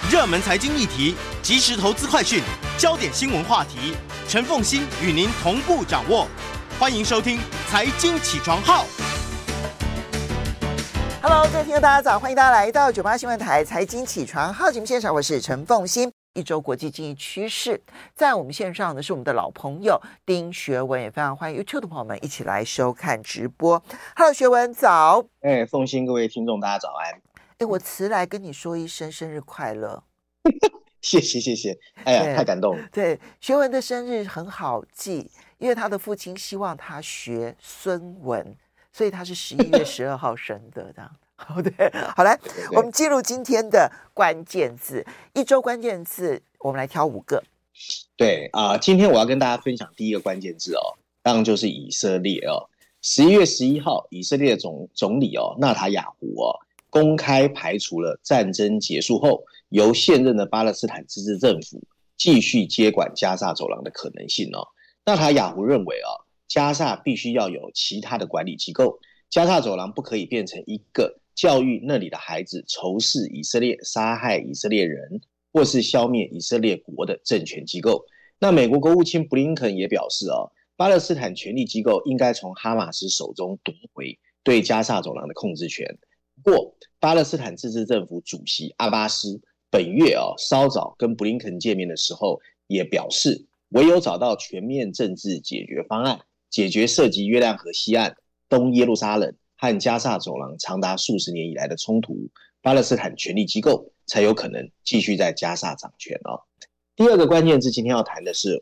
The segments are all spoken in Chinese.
热门财经议题、即时投资快讯、焦点新闻话题，陈凤馨与您同步掌握。欢迎收听《财经起床号》。 Hello， 各位听众大家早，欢迎大家来到98新闻台财经起床号节目现场，我是陈凤馨。一周国际经济趋势，在我们线上的是我们的老朋友丁学文，也非常欢迎 YouTube 的朋友们一起来收看直播。Hello， 学文早。 凤馨，各位听众大家早安。 我迟来跟你说一声生日快乐。 谢谢。哎呀，太感动了。 对，学文的生日很好记，因为他的父亲希望他学孙文，所以他是11月12号生的这样。对，好来，我们进入今天的关键字，一周关键字，我们来挑5个。 对今天我要跟大家分享第一个关键字当然就是以色列11月11号，以色列总理纳塔雅胡公开排除了战争结束后由现任的巴勒斯坦自治政府继续接管加萨走廊的可能性纳塔雅胡认为加萨必须要有其他的管理机构，加萨走廊不可以变成一个教育那里的孩子仇视以色列、杀害以色列人或是消灭以色列国的政权机构。那美国国务卿布林肯也表示巴勒斯坦权力机构应该从哈马斯手中夺回对加萨走廊的控制权。不过巴勒斯坦自治政府主席阿巴斯本月稍早跟布林肯见面的时候也表示，唯有找到全面政治解决方案，解决涉及约旦河西岸、东耶路撒冷和加萨走廊长达数十年以来的冲突，巴勒斯坦权力机构才有可能继续在加萨掌权第二个关键字今天要谈的是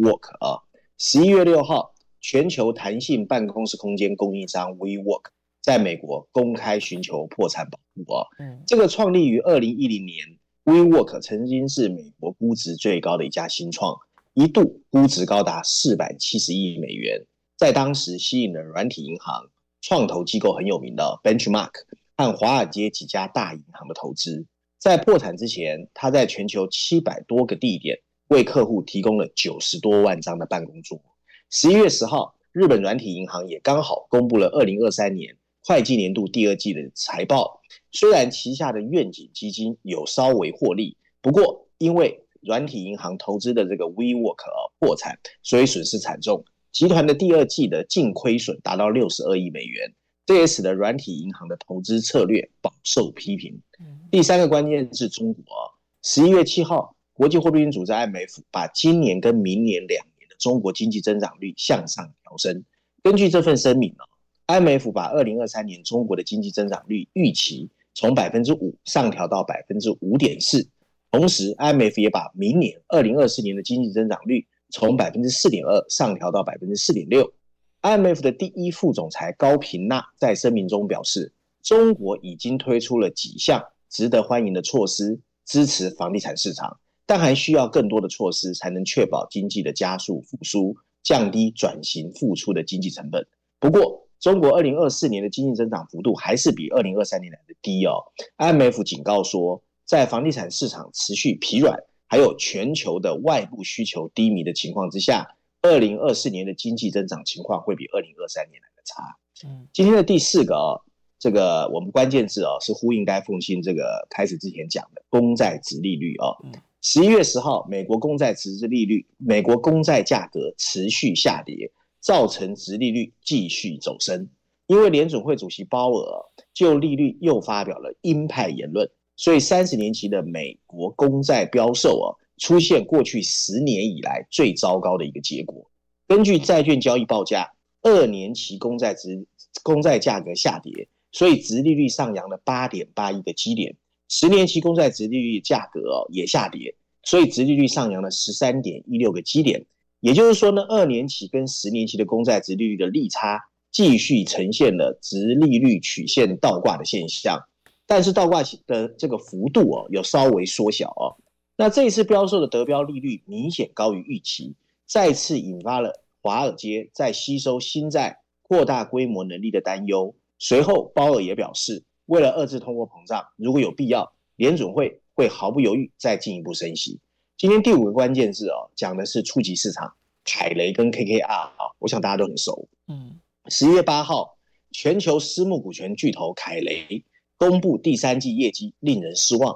WeWork11月6号，全球弹性办公室空间供应商 WeWork 在美国公开寻求破产保护这个创立于2010年 WeWork 曾经是美国估值最高的一家新创，一度估值高达470亿美元，在当时吸引了软体银行、创投机构很有名的 Benchmark 和华尔街几家大银行的投资。在破产之前，他在全球700多个地点为客户提供了90多万张的办公桌。11月10号，日本软体银行也刚好公布了2023年会计年度第2季的财报。虽然旗下的愿景基金有稍微获利，不过因为软体银行投资的这个 WeWork 破产，所以损失惨重。集团的第2季的净亏损达到62亿美元，这也使得软体银行的投资策略饱受批评。第三个关键是中国11月7号，国际货币基金组织 IMF 把今年跟明年2年的中国经济增长率向上调升。根据这份声明IMF 把2023年中国的经济增长率预期从 5% 上调到 5.4%， 同时 IMF 也把明年2024年的经济增长率从 4.2% 上调到 4.6%。 IMF 的第一副总裁高平娜在声明中表示，中国已经推出了几项值得欢迎的措施支持房地产市场，但还需要更多的措施才能确保经济的加速复苏，降低转型复出的经济成本。不过中国2024年的经济增长幅度还是比2023年来的低IMF 警告说，在房地产市场持续疲软还有全球的外部需求低迷的情况之下，2024年的经济增长情况会比2023年来的差。今天的第4个这个我们关键字是呼应该凤馨这个开始之前讲的公债殖利率11月10号，美国公债殖利率、美国公债价格持续下跌，造成殖利率继续走升。因为联准会主席鲍尔就利率又发表了鹰派言论，所以30年期的美国公债标售出现过去10年以来最糟糕的一个结果。根据债券交易报价，2年期公债价格下跌，所以殖利率上扬了 8.81 个基点。10年期公债殖利率价格也下跌，所以殖利率上扬了 13.16 个基点。也就是说呢，2年期跟10年期的公债殖利率的利差继续呈现了殖利率曲线倒挂的现象，但是倒挂的这个幅度有稍微缩小那这一次标售的得标利率明显高于预期，再次引发了华尔街在吸收新债扩大规模能力的担忧。随后鲍尔也表示，为了遏制通货膨胀，如果有必要，联准会毫不犹豫再进一步升息。今天第5个关键字讲的是初级市场，凯雷跟 KKR 我想大家都很熟。11月8号，全球私募股权巨头凯雷公布第3季业绩令人失望，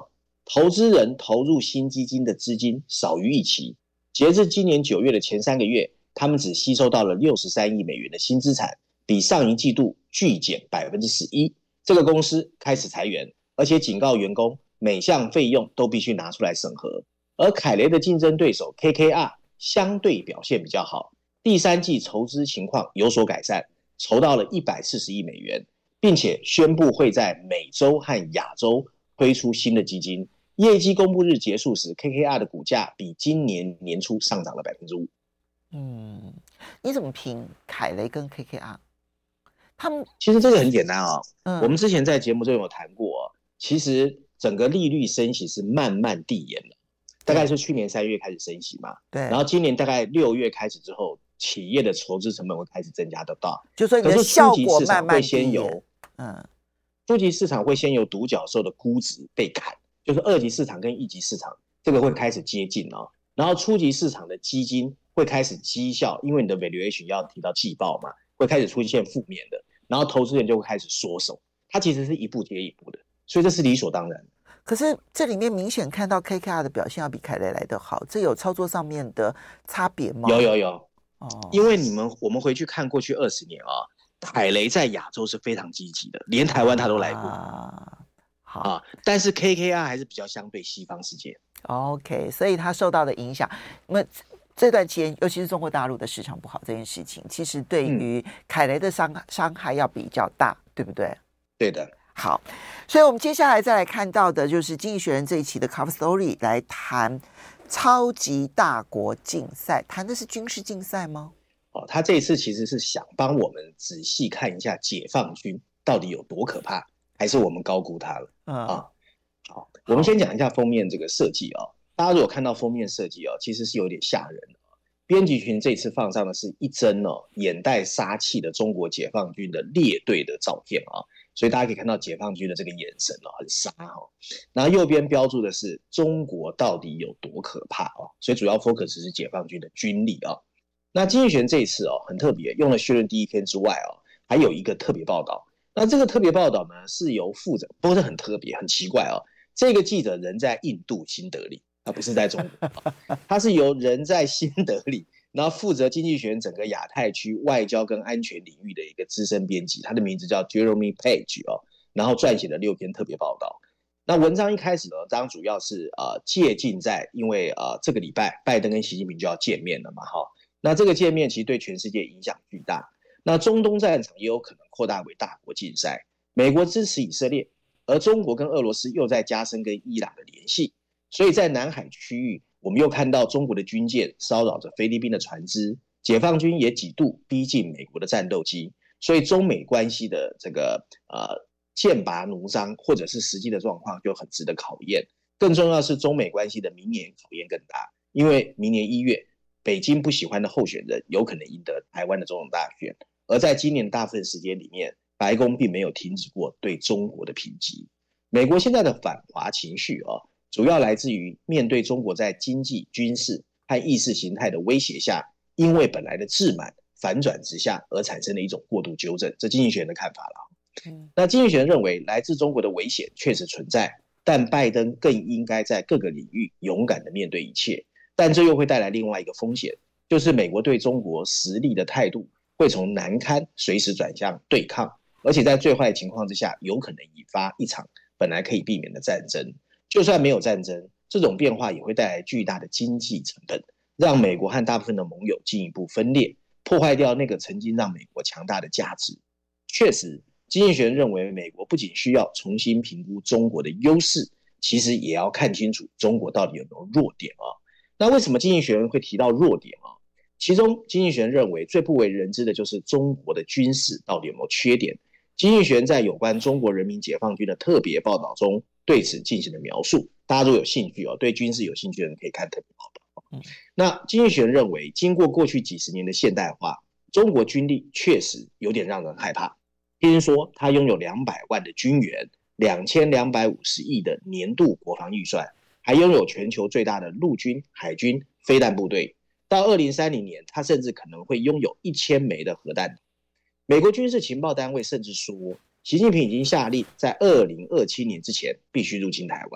投资人投入新基金的资金少于预期，截至今年9月的前3个月，他们只吸收到了63亿美元的新资产，比上一季度巨减11%。这个公司开始裁员，而且警告员工每项费用都必须拿出来审核。而凯雷的竞争对手 KKR 相对表现比较好，第3季筹资情况有所改善，筹到了140亿美元，并且宣布会在美洲和亚洲推出新的基金。业绩公布日结束时 ，KKR 的股价比今年年初上涨了5%。 你怎么评凯雷跟 KKR？ 他们其实这个很简单啊、我们之前在节目中有谈过、其实整个利率升息是慢慢递延的，大概是去年3月开始升息嘛， 对， 然后今年大概6月开始之后，企业的筹资成本会开始增加得到， 就说你的效果慢慢递延。 初级市场会先由独角兽的估值被砍，就是2级市场跟1级市场这个会开始接近哦，然后初级市场的基金会开始绩效，因为你的 valuation 要提到季报嘛，会开始出现负面的，然后投资人就会开始缩手，它其实是一步接一步的，所以这是理所当然的。 可是这里面明显看到 KKR 的表现要比凯雷来得好，这有操作上面的差别吗？ 有因为我们回去看过去20年啊，凯雷在亚洲是非常积极的，连台湾他都来过但是 KKR 还是比较相对西方世界。 OK， 所以他受到的影响，那么这段期间，尤其是中国大陆的市场不好这件事情，其实对于凯雷的伤害要比较大，对不对？ 对的。 好，所以我们接下来再来看到的就是《经济学人》这一期的 Cover Story 来谈超级大国竞赛，谈的是军事竞赛吗？ 他这一次其实是想帮我们仔细看一下解放军到底有多可怕，还是我们高估它了好，我们先讲一下封面这个设计大家如果看到封面设计其实是有点吓人的。编辑群这次放上的是一帧眼带杀气的中国解放军的列队的照片所以大家可以看到解放军的这个眼神很杀然后右边标注的是中国到底有多可怕所以主要 focus 是解放军的军力那经济学人这一次很特别，用了序论第一篇之外还有一个特别报道。那这个特别报道呢是由负责，不过是很特别很奇怪这个记者人在印度新德里，他不是在中国他是由人在新德里，然后负责经济学人整个亚太区外交跟安全领域的一个资深编辑，他的名字叫 Jeremy Page 然后撰写了6篇特别报道。那文章一开始呢，章主要是借镜在，因为这个礼拜拜登跟习近平就要见面了嘛那这个见面其实对全世界影响巨大。那中东战场也有可能扩大为大国竞赛，美国支持以色列，而中国跟俄罗斯又在加深跟伊朗的联系，所以在南海区域，我们又看到中国的军舰骚扰着菲律宾的船只，解放军也几度逼近美国的战斗机，所以中美关系的这个剑拔弩张，或者是实际的状况就很值得考验。更重要的是，中美关系的明年考验更大，因为明年1月，北京不喜欢的候选人有可能赢得台湾的总统大选，而在今年大部分时间里面，白宫并没有停止过对中国的评级。美国现在的反华情绪主要来自于面对中国在经济、军事和意识形态的威胁下，因为本来的自满反转直下而产生的一种过度纠正，这经济学人的看法了。那经济学人认为，来自中国的危险确实存在，但拜登更应该在各个领域勇敢地面对一切。但这又会带来另外一个风险，就是美国对中国实力的态度会从难堪随时转向对抗，而且在最坏的情况之下，有可能引发一场本来可以避免的战争。就算没有战争，这种变化也会带来巨大的经济成本，让美国和大部分的盟友进一步分裂，破坏掉那个曾经让美国强大的价值。确实，经济学人认为，美国不仅需要重新评估中国的优势，其实也要看清楚中国到底有没有弱点那为什么经济学人会提到弱点其中经济学人认为最不为人知的就是中国的军事到底有没有缺点。经济学人在有关中国人民解放军的特别报道中对此进行了描述，大家如果有兴趣对军事有兴趣的人可以看特别报道那经济学人认为，经过过去几十年的现代化，中国军力确实有点让人害怕。听说他拥有200万的军援，2250亿的年度国防预算，还拥有全球最大的陆军、海军、飞弹部队。到2030年，他甚至可能会拥有1000枚的核弹。美国军事情报单位甚至说，习近平已经下令在2027年之前必须入侵台湾。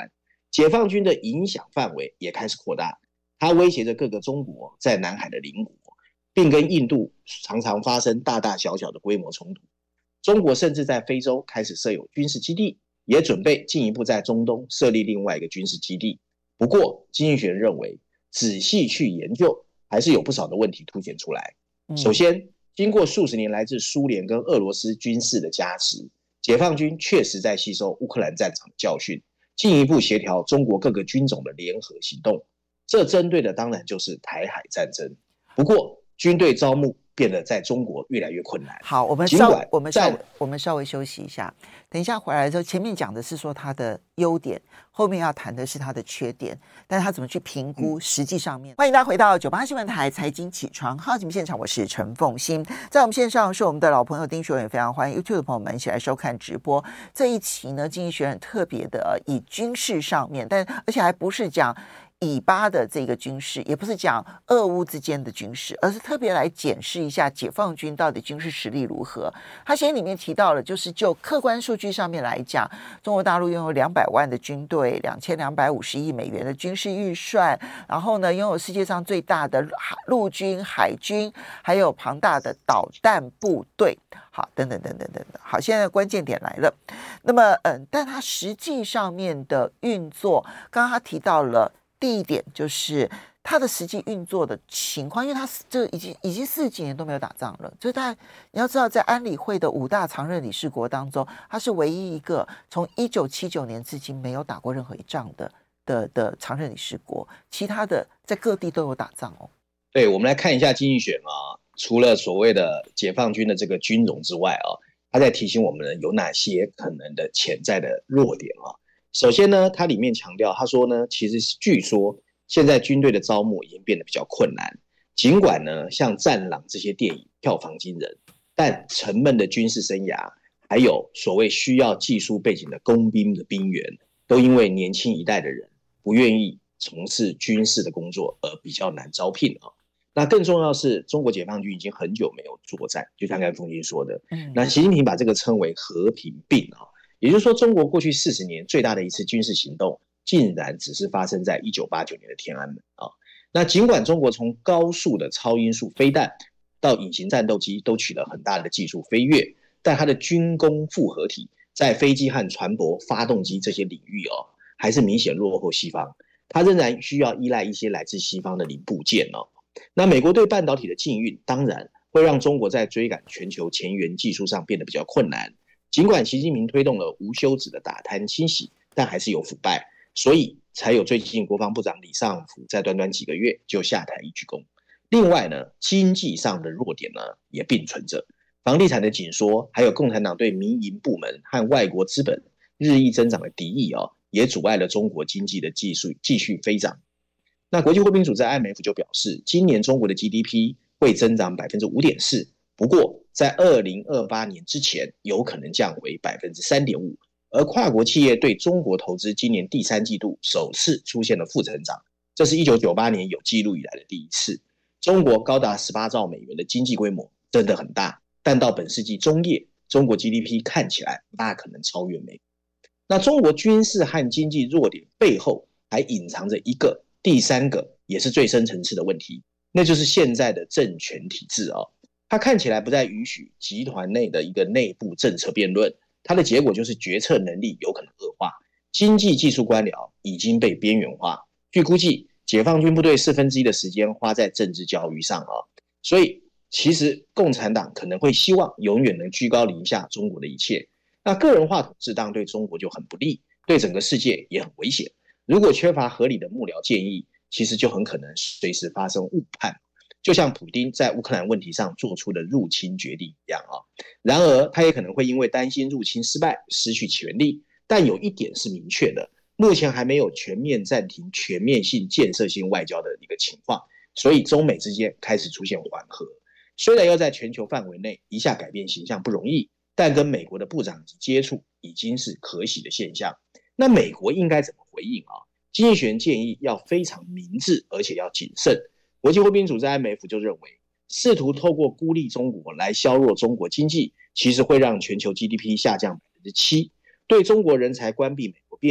解放军的影响范围也开始扩大，它威胁着各个中国在南海的邻国，并跟印度常常发生大大小小的规模冲突。中国甚至在非洲开始设有军事基地，也准备进一步在中东设立另外一个军事基地。不过，经济学人认为，仔细去研究，还是有不少的问题凸显出来。首先，经过数十年来自苏联跟俄罗斯军事的加持，解放军确实在吸收乌克兰战场的教训，进一步协调中国各个军种的联合行动。这针对的当然就是台海战争。不过，军队招募变得在中国越来越困难。 好，我们稍微休息一下，等一下回来之后，前面讲的是说它的优点，后面要谈的是它的缺点，但是它怎么去评估实际上面。欢迎大家回到98新闻台财经起床号节目现场，我是陈凤馨，在我们线上是我们的老朋友丁学文，也非常欢迎 YouTube 的朋友们一起来收看直播。这一期呢，经济学人特别的以军事上面，而且还不是讲以巴的这个军事，也不是讲俄乌之间的军事，而是特别来检视一下解放军到底军事实力如何。他写里面提到了，就是就客观数据上面来讲，中国大陆拥有200万的军队，2250亿美元的军事预算，然后呢，拥有世界上最大的陆军、海军，还有庞大的导弹部队。好，等等。好，现在关键点来了。那么，但它实际上面的运作，刚刚他提到了。第一点就是它的实际运作的情况，因为它这已经40几年都没有打仗了。就是你要知道，在安理会的5大常任理事国当中，它是唯一一个从1979年至今没有打过任何一仗的常任理事国，其他的在各地都有打仗哦。 对，我们来看一下经济学除了所谓的解放军的这个军容之外他在提醒我们有哪些可能的潜在的弱点首先呢，它里面强调，他说呢，其实据说现在军队的招募已经变得比较困难。尽管呢，像《战狼》这些电影票房惊人，但沉闷的军事生涯，还有所谓需要技术背景的工兵的兵员，都因为年轻一代的人不愿意从事军事的工作而比较难招聘那更重要的是，中国解放军已经很久没有作战，就像刚才凤馨说的。那习近平把这个称为和平病也就是说，中国过去40年最大的一次军事行动，竟然只是发生在1989年的天安门那尽管中国从高速的超音速飞弹到隐形战斗机都取得很大的技术飞跃，但它的军工复合体在飞机和船舶发动机这些领域还是明显落后西方。它仍然需要依赖一些来自西方的零部件那美国对半导体的禁运，当然会让中国在追赶全球前沿技术上变得比较困难。尽管习近平推动了无休止的打贪清洗，但还是有腐败，所以才有最近国防部长李尚福在短短几个月就下台一鞠躬。另外呢，经济上的弱点呢也并存着，房地产的紧缩，还有共产党对民营部门和外国资本日益增长的敌意也阻碍了中国经济的继续飞涨。那国际货币组织 IMF 就表示，今年中国的 GDP 会增长 5.4%， 不过在2028年之前有可能降为 3.5%， 而跨国企业对中国投资今年第3季度首次出现了负成长，这是1998年有记录以来的第一次。中国高达18兆美元的经济规模真的很大，但到本世纪中叶，中国 GDP 看起来不大可能超越美国。那中国军事和经济弱点背后还隐藏着一个第3个也是最深层次的问题，那就是现在的政权体制它看起来不再允许集团内的一个内部政策辩论，它的结果就是决策能力有可能恶化，经济技术官僚已经被边缘化。据估计，解放军部队1/4的时间花在政治教育上所以其实共产党可能会希望永远能居高临下中国的一切。那个人化统治当然对中国就很不利，对整个世界也很危险。如果缺乏合理的幕僚建议，其实就很可能随时发生误判，就像普丁在乌克兰问题上做出的入侵决定一样然而他也可能会因为担心入侵失败失去权力，但有一点是明确的，目前还没有全面暂停全面性建设性外交的一个情况，所以中美之间开始出现缓和。虽然要在全球范围内一下改变形象不容易，但跟美国的部长级接触已经是可喜的现象。那美国应该怎么回应经济学人建议要非常明智，而且要谨慎。国际货币组织 IMF 就认为，试图透过孤立中国来削弱中国经济，其实会让全球 GDP 下降 7%， 对中国人才关闭美国边境，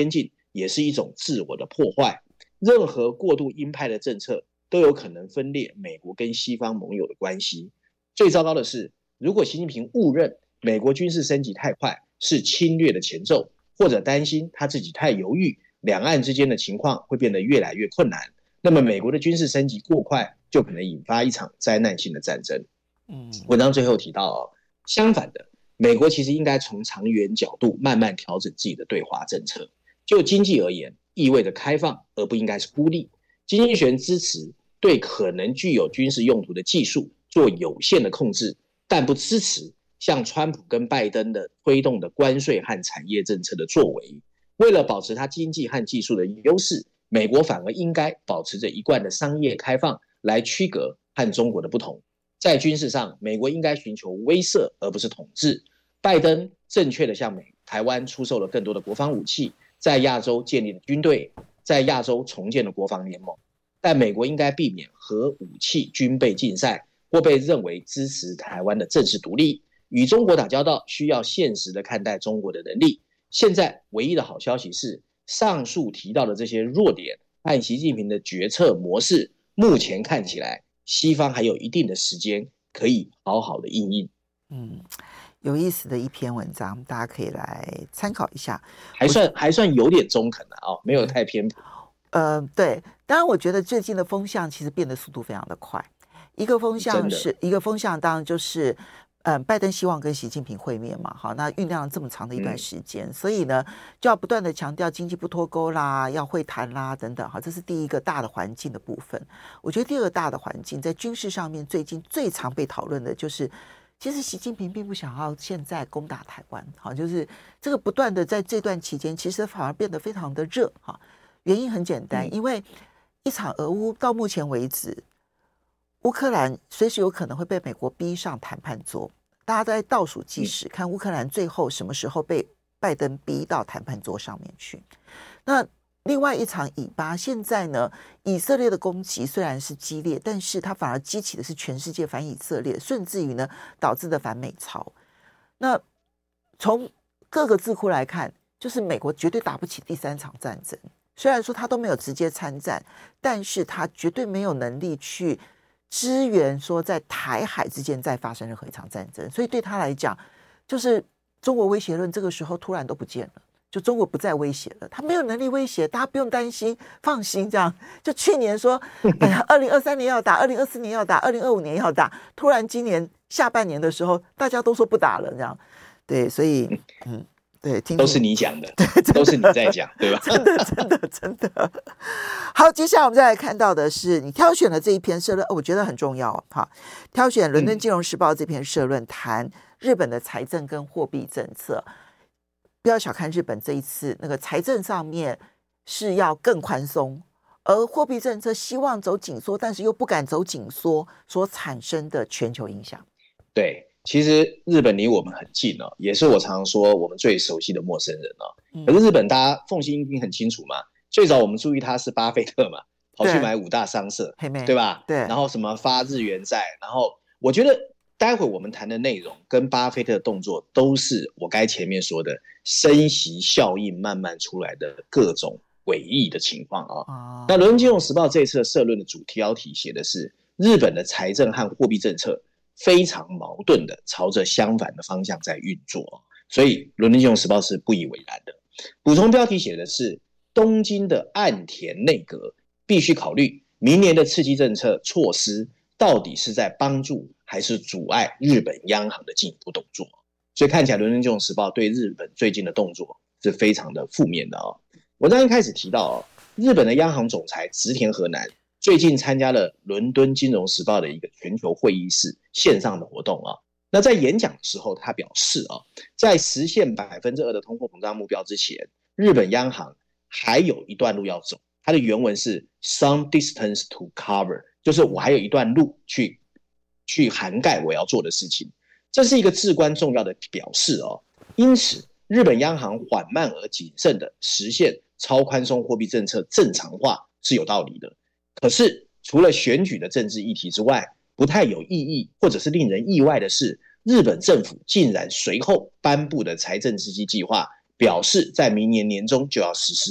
也是一种自我的破坏。任何过度鹰派的政策都有可能分裂美国跟西方盟友的关系。最糟糕的是，如果习近平误认美国军事升级太快是侵略的前奏，或者担心他自己太犹豫，两岸之间的情况会变得越来越困难，那么美国的军事升级过快就可能引发一场灾难性的战争。文章最后提到相反的，美国其实应该从长远角度慢慢调整自己的对华政策。就经济而言，意味着开放，而不应该是孤立。经济学人支持对可能具有军事用途的技术做有限的控制，但不支持像川普跟拜登的推动的关税和产业政策的作为。为了保持它经济和技术的优势，美国反而应该保持着一贯的商业开放来区隔和中国的不同。在军事上，美国应该寻求威慑而不是统治。拜登正确的向台湾出售了更多的国防武器，在亚洲建立了军队，在亚洲重建了国防联盟。但美国应该避免核武器军备竞赛或被认为支持台湾的正式独立。与中国打交道需要现实的看待中国的能力。现在唯一的好消息是，上述提到的这些弱点和习近平的决策模式，目前看起来西方还有一定的时间可以好好的应应。 有意思的一篇文章，大家可以来参考一下。 还算有点中肯的没有太偏颇。 对，当然我觉得最近的风向其实变得速度非常的快。一个风向当然就是拜登希望跟习近平会面嘛，好，那酝酿了这么长的一段时间，所以呢就要不断的强调经济不脱钩啦，要会谈啦等等，好，这是第一个大的环境的部分。我觉得第二个大的环境在军事上面最近最常被讨论的就是，其实习近平并不想要现在攻打台湾，好，就是这个不断的在这段期间，其实反而变得非常的热，哈，原因很简单，因为一场俄乌到目前为止，乌克兰随时有可能会被美国逼上谈判桌。大家在倒数计时，看乌克兰最后什么时候被拜登逼到谈判桌上面去。那另外一场以巴，现在呢，以色列的攻击虽然是激烈，但是它反而激起的是全世界反以色列，甚至于呢导致的反美潮。那从各个智库来看，就是美国绝对打不起第三场战争。虽然说他都没有直接参战，但是他绝对没有能力去支援说在台海之间再发生任何一场战争。所以对他来讲，就是中国威胁论这个时候突然都不见了，就中国不再威胁了，他没有能力威胁，大家不用担心，放心。这样就去年说哎呀2023年要打，2024年要打，2025年要打，突然今年下半年的时候大家都说不打了，这样。对，所以对， 都是你讲的，都是你在讲，对吧？ 真的。好，接下来我们再来看到的是你挑选的这一篇社论，我觉得很重要。好，挑选《伦敦金融时报》这篇社论，谈日本的财政跟货币政策。不要小看日本这一次那个财政上面是要更宽松，而货币政策希望走紧缩，但是又不敢走紧缩所产生的全球影响。 对。其实日本离我们很近也是我常常说我们最熟悉的陌生人可是日本大家奉行应很清楚嘛，最早我们注意他是巴菲特嘛，跑去买5大商社，对吧？对，然后什么发日元债，然后我觉得待会我们谈的内容跟巴菲特的动作都是我该前面说的升息效应慢慢出来的各种诡异的情况那《伦敦金融时报》这一次的社论的主标题写的是日本的财政和货币政策非常矛盾的朝着相反的方向在运作，所以伦敦金融时报是不以为然的。补充标题写的是东京的岸田内阁必须考虑明年的刺激政策措施到底是在帮助还是阻碍日本央行的进一步动作，所以看起来伦敦金融时报对日本最近的动作是非常的负面的我刚刚开始提到日本的央行总裁植田和男最近参加了伦敦金融时报的一个全球会议室线上的活动那在演讲的时候他表示在实现 2% 的通货膨胀目标之前，日本央行还有一段路要走，他的原文是 some distance to cover， 就是我还有一段路去涵盖我要做的事情，这是一个至关重要的表示因此日本央行缓慢而谨慎的实现超宽松货币政策正常化是有道理的。可是除了选举的政治议题之外，不太有意义或者是令人意外的是，日本政府竟然随后颁布的财政刺激计划表示在明年年中就要实施。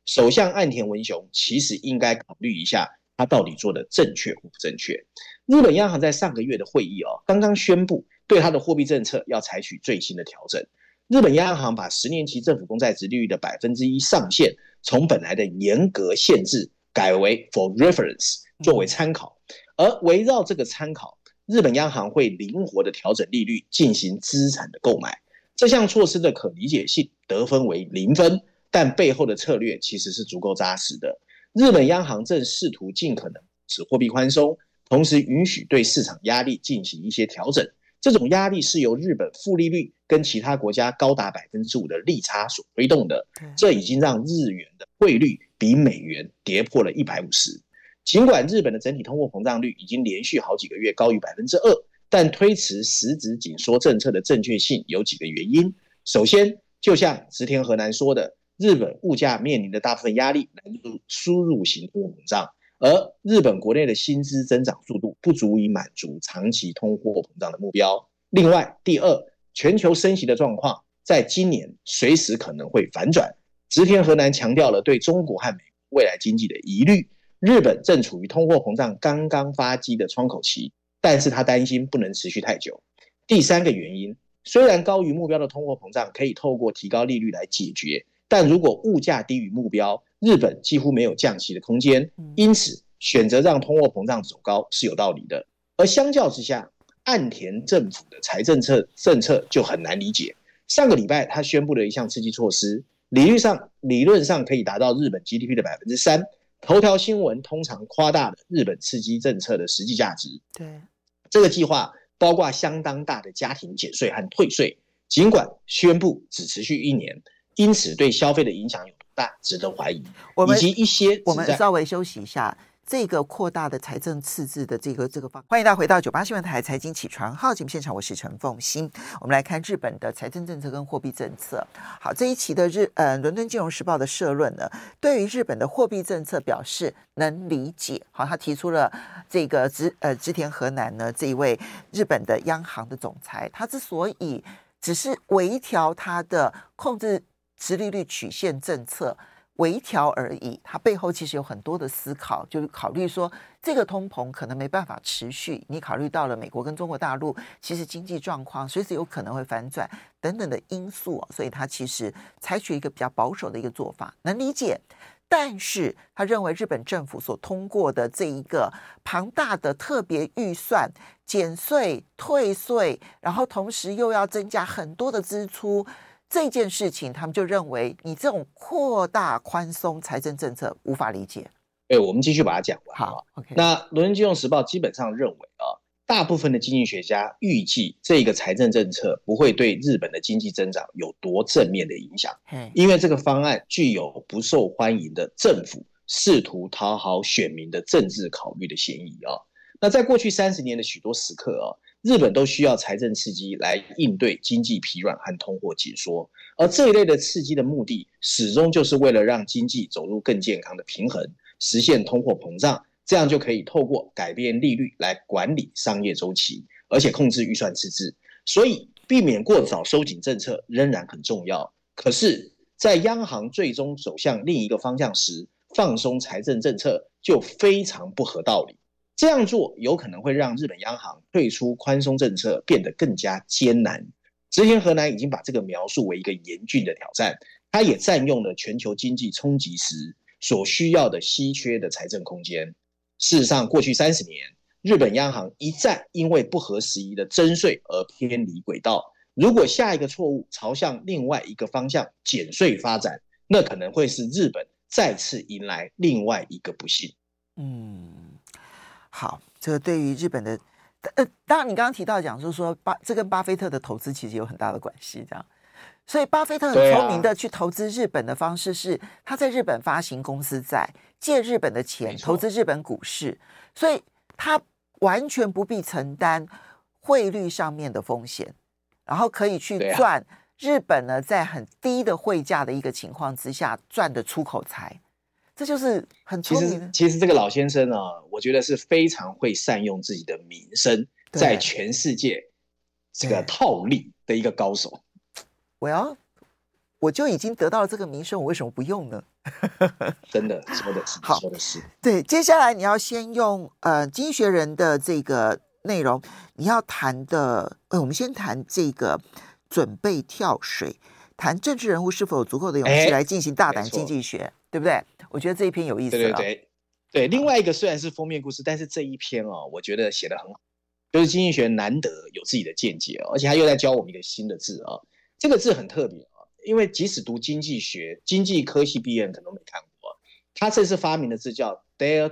首相岸田文雄其实应该考虑一下，他到底做的正确或不正确。日本央行在上个月的会议刚刚宣布对它的货币政策要采取最新的调整。日本央行把10年期政府公债殖利率的1%上限从本来的严格限制改为 for reference 作为参考，而围绕这个参考，日本央行会灵活的调整利率进行资产的购买。这项措施的可理解性得分为0分，但背后的策略其实是足够扎实的。日本央行正试图尽可能使货币宽松，同时允许对市场压力进行一些调整。这种压力是由日本负利率跟其他国家高达 5% 的利差所推动的，这已经让日元的汇率比美元跌破了150。尽管日本的整体通货膨胀率已经连续好几个月高于 2%， 但推迟实质紧缩政策的正确性有几个原因。首先，就像植田和男说的，日本物价面临的大部分压力来自输入型通货膨胀，而日本国内的薪资增长速度不足以满足长期通货膨胀的目标。另外，第二，全球升息的状况在今年随时可能会反转。植田和男强调了对中国和美国未来经济的疑虑。日本正处于通货膨胀刚刚发迹的窗口期，但是他担心不能持续太久。第三个原因，虽然高于目标的通货膨胀可以透过提高利率来解决，但如果物价低于目标，日本几乎没有降息的空间，因此选择让通货膨胀走高是有道理的。而相较之下，岸田政府的财政政策就很难理解。上个礼拜他宣布了一项刺激措施，理论上可以达到日本 GDP 的 3%。头条新闻通常夸大了日本刺激政策的实际价值。 对， 这个计划包括相当大的家庭减税和退税，尽管宣布只持续1年，因此对消费的影响有多大值得怀疑。以及一些我们稍微休息一下。这个扩大的财政赤字的这个方，欢迎大家回到98新闻台财经起床号节目现场，我是陈凤馨。我们来看日本的财政政策跟货币政策。好，这一期的伦敦金融时报的社论呢，对于日本的货币政策表示能理解。好，他提出了这个植田和男呢，这一位日本的央行的总裁，他之所以只是微调他的控制殖利率曲线政策。微调而已，它背后其实有很多的思考，就是考虑说这个通膨可能没办法持续，你考虑到了美国跟中国大陆其实经济状况随时有可能会反转等等的因素，所以他其实采取一个比较保守的一个做法，能理解。但是他认为日本政府所通过的这一个庞大的特别预算，减税、退税，然后同时又要增加很多的支出。这件事情，他们就认为你这种扩大宽松财政政策无法理解。 我们继续把它讲完。 好 ，OK。 那伦敦金融时报基本上认为大部分的经济学家预计这个财政政策不会对日本的经济增长有多正面的影响，因为这个方案具有不受欢迎的政府试图讨好选民的政治考虑的嫌疑那在过去30年的许多时刻日本都需要财政刺激来应对经济疲软和通货紧缩，而这一类的刺激的目的始终就是为了让经济走入更健康的平衡，实现通货膨胀，这样就可以透过改变利率来管理商业周期，而且控制预算赤字。所以避免过早收紧政策仍然很重要。可是在央行最终走向另一个方向时，放松财政政策就非常不合道理。这样做有可能会让日本央行退出宽松政策变得更加艰难。植田和男已经把这个描述为一个严峻的挑战，他也占用了全球经济冲击时所需要的稀缺的财政空间。事实上，过去30年，日本央行一再因为不合时宜的征税而偏离轨道。如果下一个错误朝向另外一个方向减税发展，那可能会是日本再次迎来另外一个不幸。 好，这个对于日本的，当然你刚刚提到讲，就是说这跟巴菲特的投资其实有很大的关系，这样。所以巴菲特很聪明的去投资日本的方式是，他在日本发行公司债，借日本的钱投资日本股市，所以他完全不必承担汇率上面的风险，然后可以去赚日本呢在很低的汇价的一个情况之下赚的出口财。这就是很聪明的。 其实这个老先生我觉得是非常会善用自己的名声，在全世界这个套利的一个高手。 我就已经得到了这个名声，我为什么不用呢？ 真的说的是， 好， 说的是。 对，接下来你要先用经济学人的这个内容，你要谈的，我们先谈这个准备跳水，谈政治人物是否有足够的勇气来进行大胆经济学，对不对？我觉得这一篇有意思了。 对，另外一个虽然是封面故事，但是这一篇我觉得写得很好，就是经济学难得有自己的见解，而且他又在教我们一个新的字这个字很特别因为即使读经济学、经济科系毕业人可能都没看过他这次发明的字叫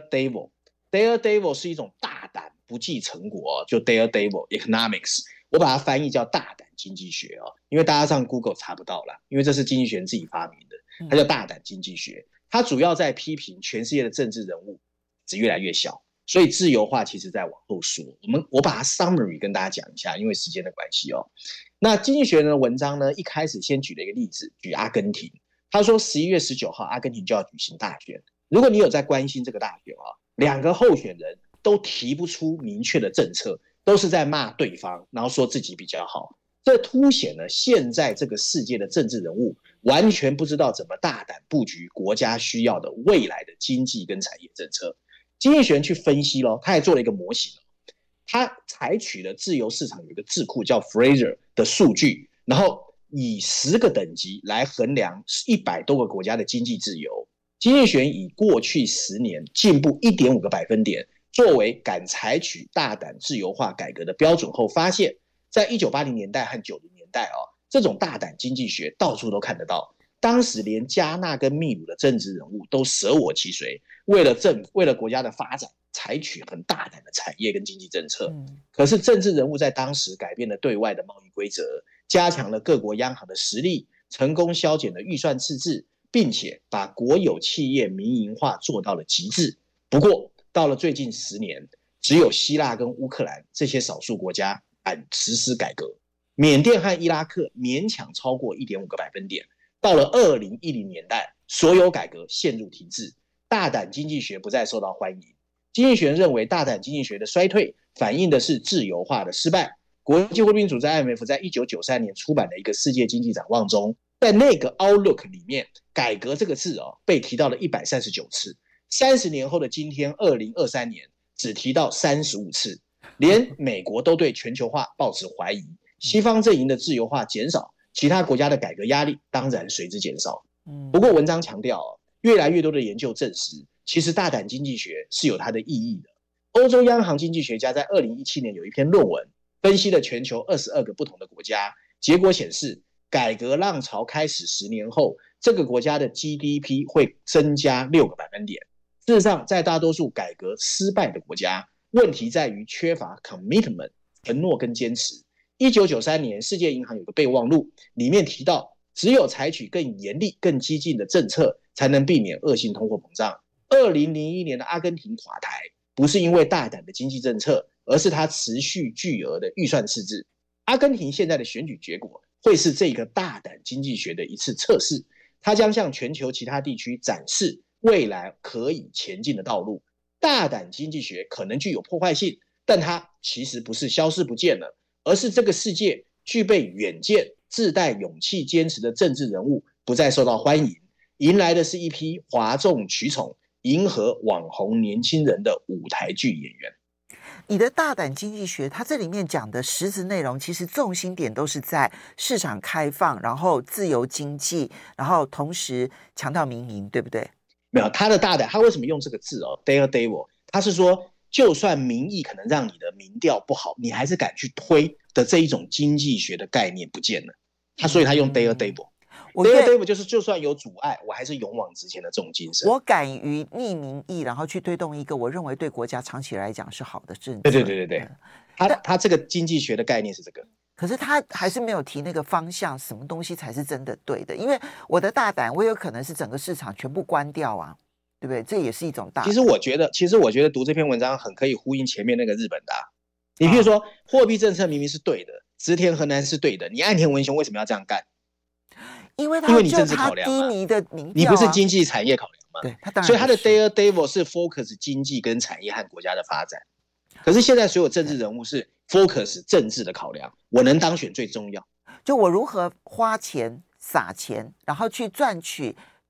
daredevil。daredevil 是一种大胆不计成果就 daredevil economics， 我把它翻译叫大胆经济学因为大家上 Google 查不到啦，因为这是经济学人自己发明的，它叫大胆经济学。它主要在批评全世界的政治人物只越来越小，所以自由化其实在往后说。我把它 summary 跟大家讲一下，因为时间的关系那经济学人的文章呢，一开始先举了一个例子，举阿根廷。他说11月19号阿根廷就要举行大选，如果你有在关心这个大选两个候选人都提不出明确的政策，都是在骂对方，然后说自己比较好。这凸显了现在这个世界的政治人物完全不知道怎么大胆布局国家需要的未来的经济跟产业政策。经济学人去分析他还做了一个模型他采取了自由市场有一个智库叫 Fraser 的数据，然后以10个等级来衡量100多个国家的经济自由。经济学人以过去10年进步 1.5个百分点作为敢采取大胆自由化改革的标准后，发现在1980年代和90年代这种大胆经济学到处都看得到。当时连加纳跟秘鲁的政治人物都舍我其谁，为了国家的发展采取很大胆的产业跟经济政策。可是政治人物在当时改变了对外的贸易规则，加强了各国央行的实力，成功削减了预算赤字，并且把国有企业民营化做到了极致。不过到了最近10年，只有希腊跟乌克兰这些少数国家敢实施改革，缅甸和伊拉克勉强超过 1.5个百分点。到了2010年代，所有改革陷入停滞，大胆经济学不再受到欢迎。经济学人认为，大胆经济学的衰退反映的是自由化的失败。国际货币组织 IMF 在1993年出版的一个世界经济展望中，在那个 Outlook 里面，改革这个字被提到了139次。30年后的今天2023年只提到35次。连美国都对全球化抱持怀疑，西方阵营的自由化减少，其他国家的改革压力当然随之减少。不过文章强调越来越多的研究证实，其实大胆经济学是有它的意义的。欧洲央行经济学家在2017年有一篇论文，分析了全球22个不同的国家，结果显示改革浪潮开始10年后，这个国家的 GDP 会增加6个百分点。事实上，在大多数改革失败的国家，问题在于缺乏 commitment 承诺跟坚持。1993年世界银行有个备忘录，里面提到只有采取更严厉更激进的政策，才能避免恶性通货膨胀。2001年的阿根廷垮台，不是因为大胆的经济政策，而是它持续巨额的预算赤字。阿根廷现在的选举结果会是这个大胆经济学的一次测试，它将向全球其他地区展示未来可以前进的道路。大胆经济学可能具有破坏性，但它其实不是消失不见了，而是这个世界具备远见、自带勇气、坚持的政治人物不再受到欢迎，迎来的是一批哗众取宠、迎合网红年轻人的舞台剧演员。 你的大胆经济学，它这里面讲的实质内容，其实重心点都是在市场开放，然后自由经济，然后同时强调民营，对不对？ 没有，他的大胆，他为什么用这个字daredevil？ 他是说，就算民意可能让你的民调不好，你还是敢去推的这一种经济学的概念不见了。所以他用 daredevil。daredevil 就是就算有阻碍，我还是勇往直前的这种精神。 我敢于逆民意，然后去推动一个我认为对国家长期来讲是好的政策。 对，他这个经济学的概念是这个。 可是他还是没有提那个方向，什么东西才是真的对的？因为我的大胆，我有可能是整个市场全部关掉啊，对不对？这也是一种大胆。 其实我觉得读这篇文章很可以呼应前面那个日本的你比如说，货币政策明明是对的，植田和男是对的，你岸田文雄为什么要这样干？ 因为你政治考量低迷的民调你不是经济产业考量吗？ 对，他当然。 所以他的 daredevil 是 focus 经济跟产业和国家的发展。可是现在所有政治人物是 focus 政治的考量，我能当选最重要。 就我如何花钱撒钱，然后去赚取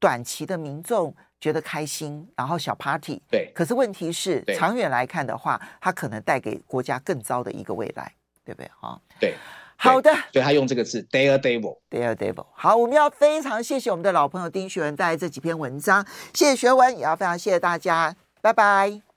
短期的民众觉得开心，然后小 party， 对。 可是问题是， 对长远来看的话，它可能带给国家更糟的一个未来，对不对？ 对。 好的， 所以他用这个字 daredevil。 好，我们要非常谢谢我们的老朋友丁学文带来这几篇文章，谢谢学文，也要非常谢谢大家，拜拜。